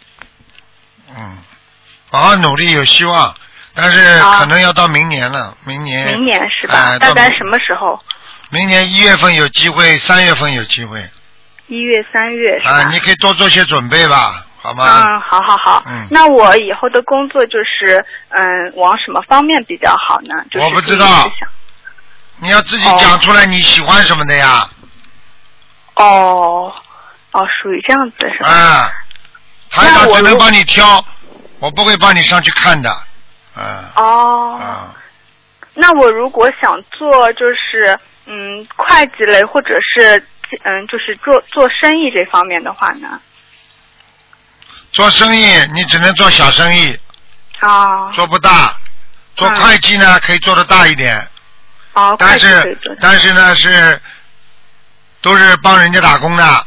好好努力，有希望，但是可能要到明年了。明年是吧？大概什么时候？ 明年1月份有机会，3月份有机会。 1月、3月是吧？ 你可以多做些准备吧，好吗？ 好。那我以后的工作就是往什么方面比较好呢？就是、 我不知道，你要自己讲出来你喜欢什么的呀。 属于这样子是吧？ 台长只能帮你挑，我不会帮你上去看的。 那我如果想做就是会计类或者是就是做生意这方面的话呢？ 做生意你只能做小生意。做不大。做会计呢可以做得大一点。但是呢都是帮人家打工的。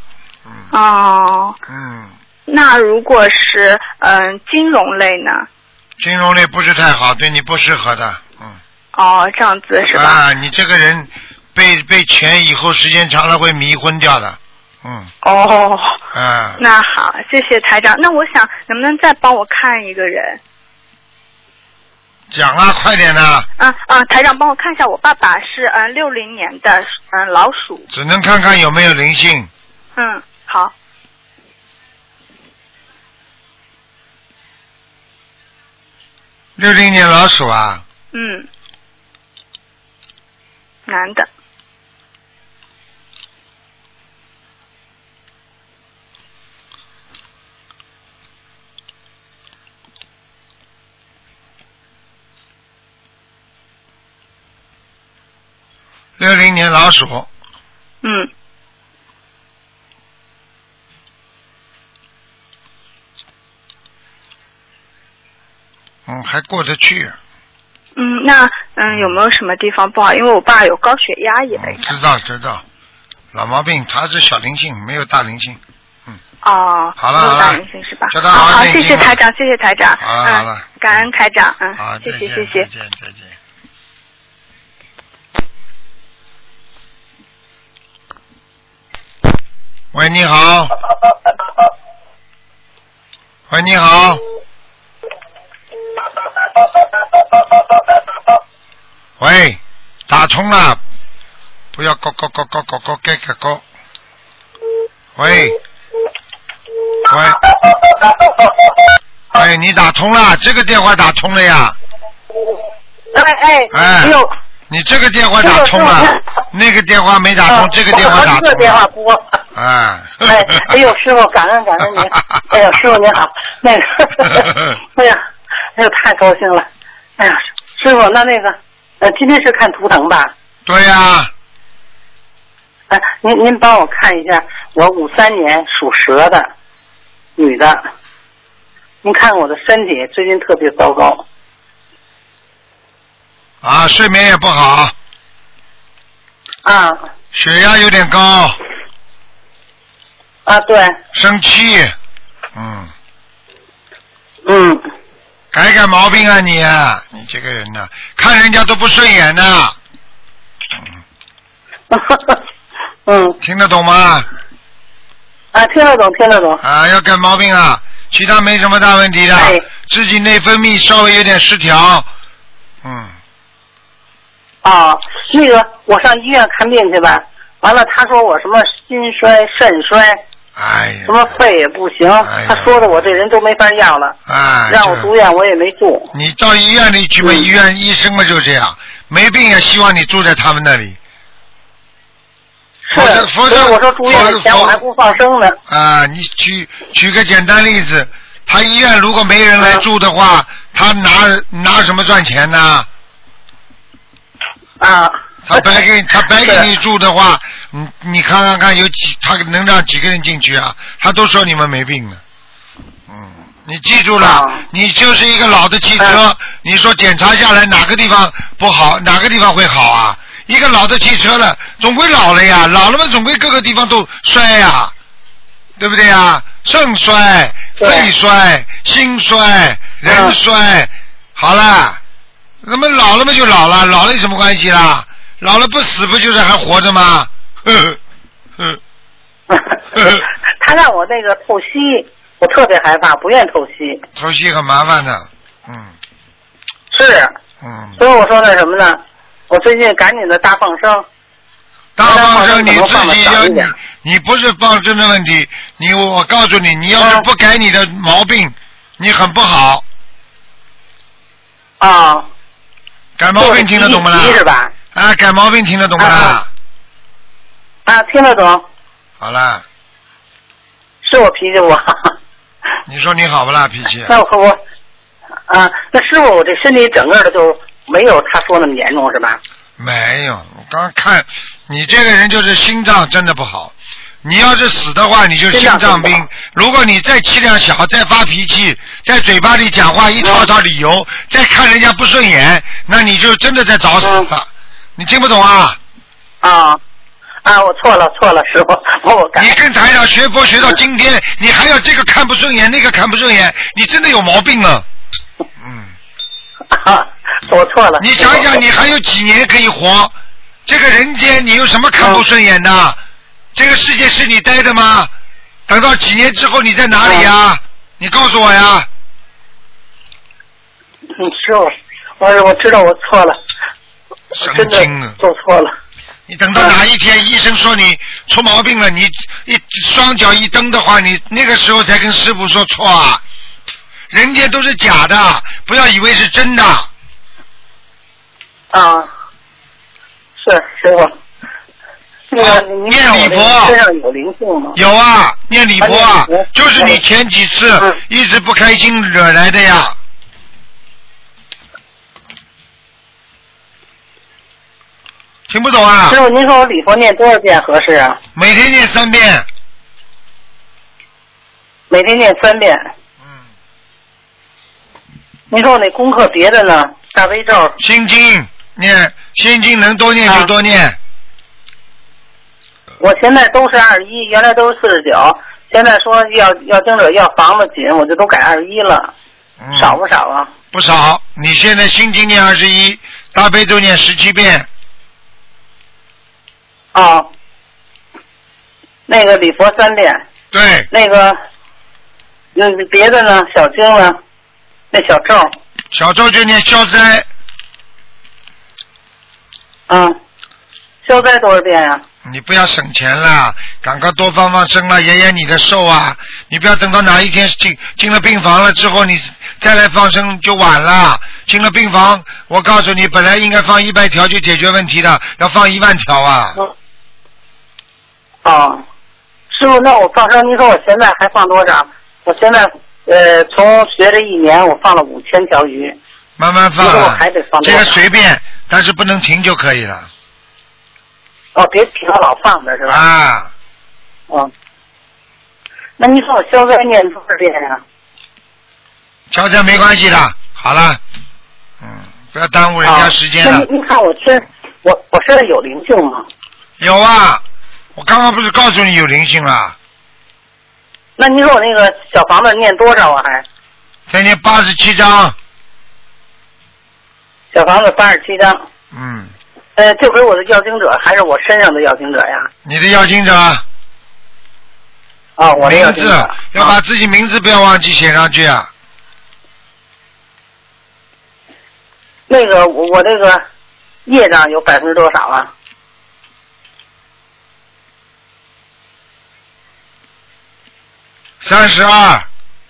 那如果是金融类呢？ 金融类不是太好，对你不适合的。 这样子是吧？ 你这个人被钱以后时间长了会迷昏掉的。 那好，谢谢台长。那我想能不能再帮我看一个人？ 讲啊，快点的。 台长帮我看一下，我爸爸是60年的老鼠。 只能看看有没有灵性。 好。 60年老鼠啊。 男的。 60年老鼠。还过得去。 那有没有什么地方不好？因为我爸有高血压一类的。 知道，老毛病，他是小灵性，没有大灵性。 好了，没有大灵性是吧？ 好， 谢谢台长，谢谢台长。 好了， 感恩台长。谢谢。 再见。喂，你好。喂，打通了，不要咯。喂，你打通了，这个电话打通了呀。你这个电话打通了，那个电话没打通，这个电话打通了。 哎呦，师傅，感恩您。哎呀，师傅您好。那个，哎呀，太高兴了。哎呀，师傅，那个，今天是看图腾吧？ 对呀。 您帮我看一下，我53年属蛇的女的，您看我的身体最近特别糟糕。 啊，睡眠也不好。 啊。 血压有点高。 啊，对。 生气。改毛病啊你这个人呢，看人家都不顺眼的。听得懂吗？ 啊，听得懂。 啊，要改毛病啊，其他没什么大问题的，自己内分泌稍微有点失调。 那个我上医院看病去吧，完了他说我什么心衰、肾衰，什么肺也不行，他说的我这人都没法要了，让我住院我也没住。 你到医院里去嘛，医院医生嘛就这样，没病也希望你住在他们那里。否则我说住院的钱我还不放生呢。 你举个简单例子，他医院如果没人来住的话，他拿什么赚钱呢？他白给你住的话，你看看他能让几个人进去啊？他都说你们没病呢。你记住了，你就是一个老的汽车，你说检查下来哪个地方不好，哪个地方会好啊？一个老的汽车了，总归老了呀，老了嘛，总归各个地方都衰呀，对不对呀？肾衰、肺衰、心衰、人衰，好了，那么老了嘛就老了，老了有什么关系啦？老了不死不就是还活着吗？ 他让我那个透析，我特别害怕，不愿透析。 透析很麻烦的， 是，所以我说那什么呢？我最近赶紧的大放生。 大放生你自己要你不是放生的问题，我告诉你，你要是不改你的毛病，你很不好。改毛病听得懂吗啦？ 是吧？ 改毛病听得懂吗啦？ 听得懂。 好了。 是我脾气不好。 你说你好不啦脾气？ 那那师傅，我这身体整个的就没有他说那么严重是吧？ 没有，我刚看你这个人就是心脏真的不好。你要是死的话，你就是心脏病。如果你再气量小，再发脾气，在嘴巴里讲话一套理由，再看人家不顺眼，那你就真的在找死了。你听不懂啊？ 我错了，师傅，我改。 你跟台长学佛学到今天，你还要这个看不顺眼，那个看不顺眼，你真的有毛病了。 我错了。 你想想，你还有几年可以活？这个人间你有什么看不顺眼的？这个世界是你待的吗？等到几年之后你在哪里呀？你告诉我呀。 师傅，我知道我错了， 神经啊， 做错了。 你等到哪一天医生说你出毛病了，你双脚一蹬的话，你那个时候才跟师傅说错啊。人间都是假的，不要以为是真的。 是师傅。 念礼佛身上有灵性吗？ 有啊，念礼佛啊，就是你前几次一直不开心惹来的呀。听不懂啊？ 师傅，您说我礼佛念多少遍合适啊？ 每天念3遍。 每天念3遍。您说我那功课别的呢？大悲咒、 心经念，心经能多念就多念。 我现在都是21，原来都是49，现在说要经者要房子紧，我就都改21了。少不少啊？ 不少。你现在心经念21，大悲咒念17遍。 那个礼佛3遍。 对。 那个，别的呢？小经呢？那小咒。 小咒就念消灾。 消灾多少遍呀？ 你不要省钱了，赶快多放生了，延延你的寿啊！你不要等到哪一天进了病房了之后，你再来放生就晚了。进了病房，我告诉你，本来应该放100条就解决问题的，要放1万条啊！ 是师傅，那我放生，您说我现在还放多少？我现在从学这1年，我放了5000条鱼。 慢慢放我还得放这个随便，但是不能停就可以了。 哦，别停了，老放着是吧？ 啊。 哦。那你说我消灾念多少遍呀？ 消灾没关系的，好了。不要耽误人家时间了。 那您看我身上有灵性吗？ 有啊，我刚刚不是告诉你有灵性了？ 那您说我那个小房子念多少啊？ 再念87章。 小房子87章。就给我的要经者，还是我身上的要经者呀？ 你的要经者。 我的要经者。 名字要把自己名字不要忘记写上去啊。 那个我这个业障有多少啊 ？32。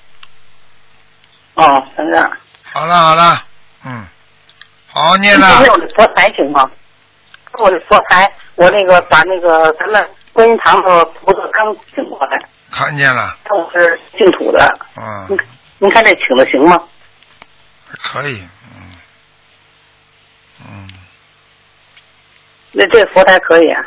32。 好了，好好念了。 你有佛台行吗？我的佛台，我那个把那个咱们观音堂的菩萨刚请过来。 看见了。 我是净土的。您看这请的行吗？ 可以。 那这佛台可以啊。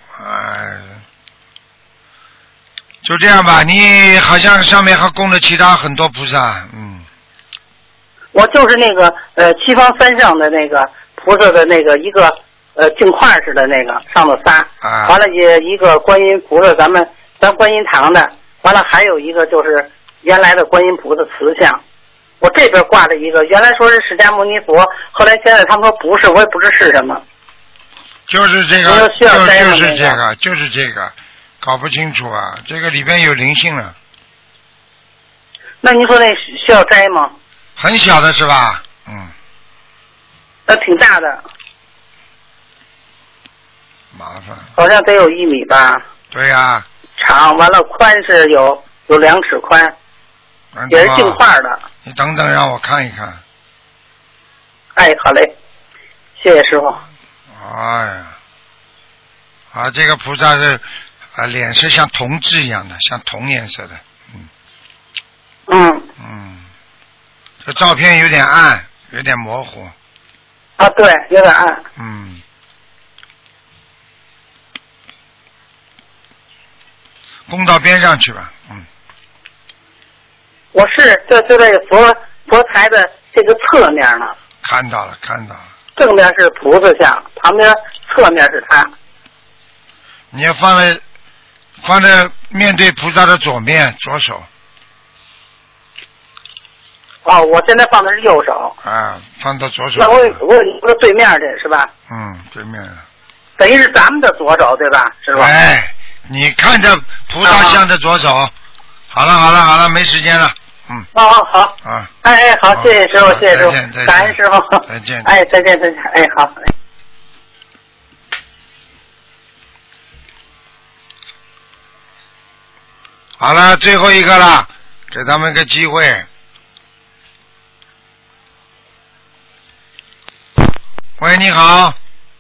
就这样吧，你好像上面还供了其他很多菩萨。 我就是那个西方三圣的那个菩萨的那个一个镜块似的那个上头仨，完了一个观音菩萨咱观音堂的，完了还有一个就是原来的观音菩萨瓷像。我这边挂着一个，原来说是释迦牟尼佛，后来现在他们说不是，我也不知是什么。 就是这个，就是这个，搞不清楚啊，这个里边有灵性了。 那您说那需要摘吗？ 很小的是吧？ 那挺大的。 麻烦。 好像得有1米吧。 对呀。 长，完了宽是有2尺宽，也是镜块的。 你等等，让我看一看。 好嘞，谢谢师傅。 这个菩萨是脸是像铜质一样的，像铜颜色的。这照片有点暗，有点模糊。 对，有点暗。 供到边上去吧。 我是就在佛台的这个侧面呢。 看到了。 正面是菩萨像，旁边侧面是他。 你要放在面对菩萨的左面，左手。 我现在放的是右手。 放到左手。 那我对面的是吧？ 对面。 等于是咱们的左手对吧？是吧？ 你看着菩萨像的左手。好了，没时间了。 好。好，谢谢师傅，谢谢师傅，感恩师傅。 再见。 再见。好。 好了，最后一个了，给他们个机会。喂，你好。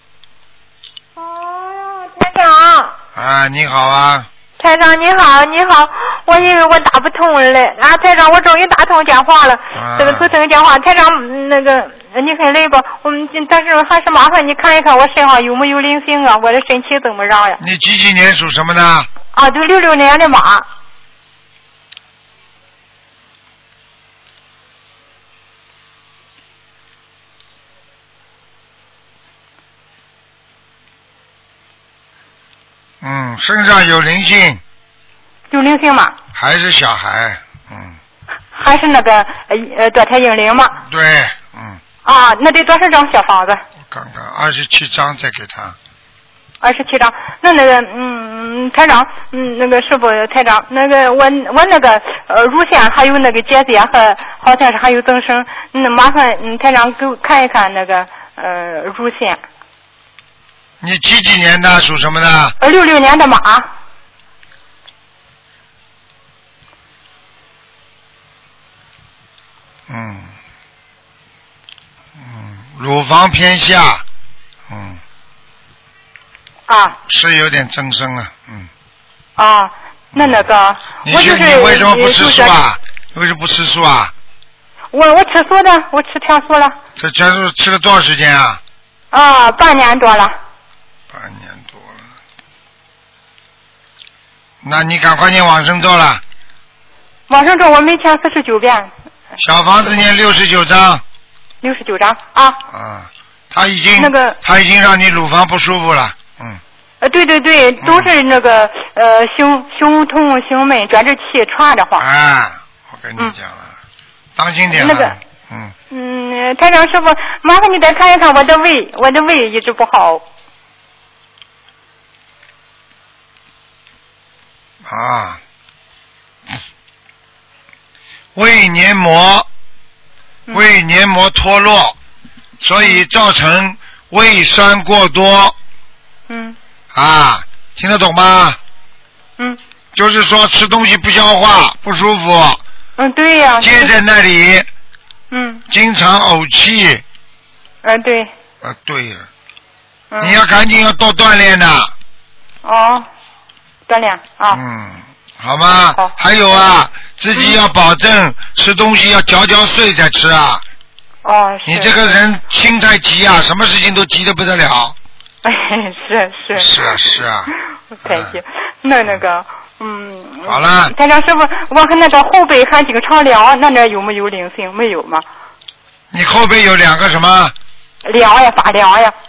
台长。 你好啊。 台长你好，我以为我打不通了嘞，台长我终于打通电话了，这个头等电话，台长那个你很累吧？但是还是麻烦你看一看我身上有没有灵性啊？我的身体怎么样呀？ 你几年属什么呢？ 就66年的马。 身上有灵性。 有灵性吗？ 还是小孩， 还是那个堕胎婴灵吗？ 对， 那得多少张小房子？ 我看看，27张再给他。 27张，那个台长，那个师傅台长，那个我那个乳腺还有那个结节和好像是还有增生，麻烦台长给我看一看那个乳腺。 你几年的，属什么的 ？66年的马。 乳房偏下，是有点增生了， 那个， 你我就是你为什么不吃素啊？为什么不吃素啊？ 我吃素的，我吃全素了。 这全素吃了多少时间啊？ 半年多了。 半年多了，那你赶快念往生咒了。 往生咒我每天49遍。 小房子念69章。 69章啊。 啊，他已经他已经让你乳房不舒服了， 对，都是那个胸痛、胸闷、转着气、喘的慌。 我跟你讲了，当心点。 那个，台长师傅，麻烦你再看一看我的胃，我的胃一直不好。 胃黏膜脱落，所以造成胃酸过多。听得懂吗？就是说吃东西不消化，不舒服。 对呀。 接在那里。经常呕气。 对。 对了。你要赶紧要多锻炼的。 锻炼啊。 好吗？好。还有自己要保证吃东西要嚼碎再吃啊。你这个人心太急啊，什么事情都急得不得了。是啊。 开心。那个， 好了。 台长师傅，我看那个后背还经常凉，那有没有灵性？没有吗？ 你后背有2个什么？ 凉呀，发凉呀。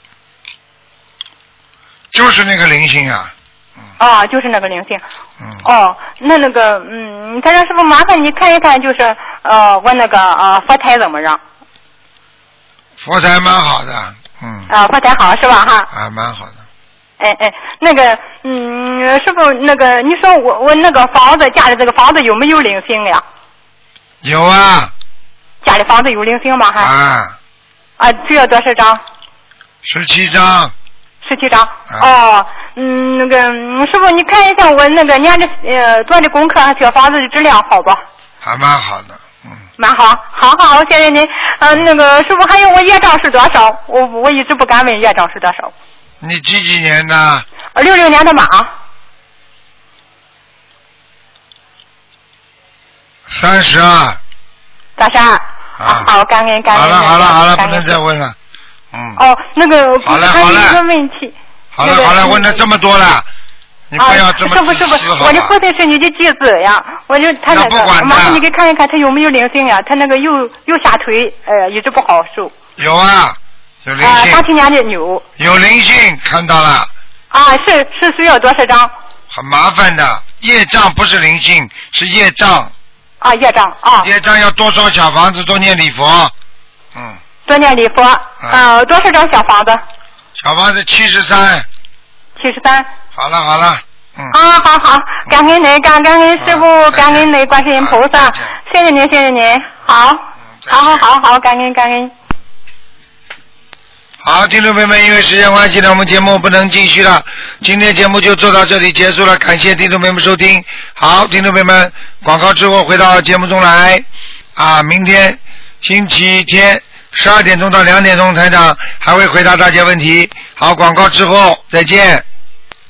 就是那个灵性啊。 就是那个灵性。那个，台长师傅，麻烦你看一看，就是我那个佛台怎么样？ 佛台蛮好的。 佛台好是吧？ 蛮好的。 那个，师傅，那个，你说我那个房子，家里这个房子有没有灵性呀？ 有啊。 家里房子有灵性吗？需要多少张 ？17张。 17张。那个师傅，你看一下我那个年的做的功课，小房子的质量好吧？ 还蛮好的。 蛮好，好，谢谢您。那个师傅，还有我业障是多少？我一直不敢问业障是多少。 你几年的 ？66年的马。 32。 32。好，感恩。 好了，不能再问了。 那个好了， 还有一个问题。 好了，问了这么多了，你不要这么师傅，我的父亲是你的弟子呀，他那个，麻烦你给看一看他有没有灵性呀？他那个右下腿一直不好受。 有啊，有灵性。 87年的牛。 有灵性，看到了。 是需要多少张？ 很麻烦的，业障不是灵性，是业障。 业障业障要多烧小房子，多念礼佛。 多念礼佛。多少张小房子？ 小房子73。 73。 好了。 好，感恩您，感恩师傅，感恩您观世音菩萨，谢谢您，好，感恩。 好，听众朋友们，因为时间关系呢，我们节目不能继续了，今天节目就做到这里结束了，感谢听众朋友们收听。好，听众朋友们，广告之后回到节目中来明天星期天12点钟到2点钟，台长还会回答大家问题。好，广告之后再见。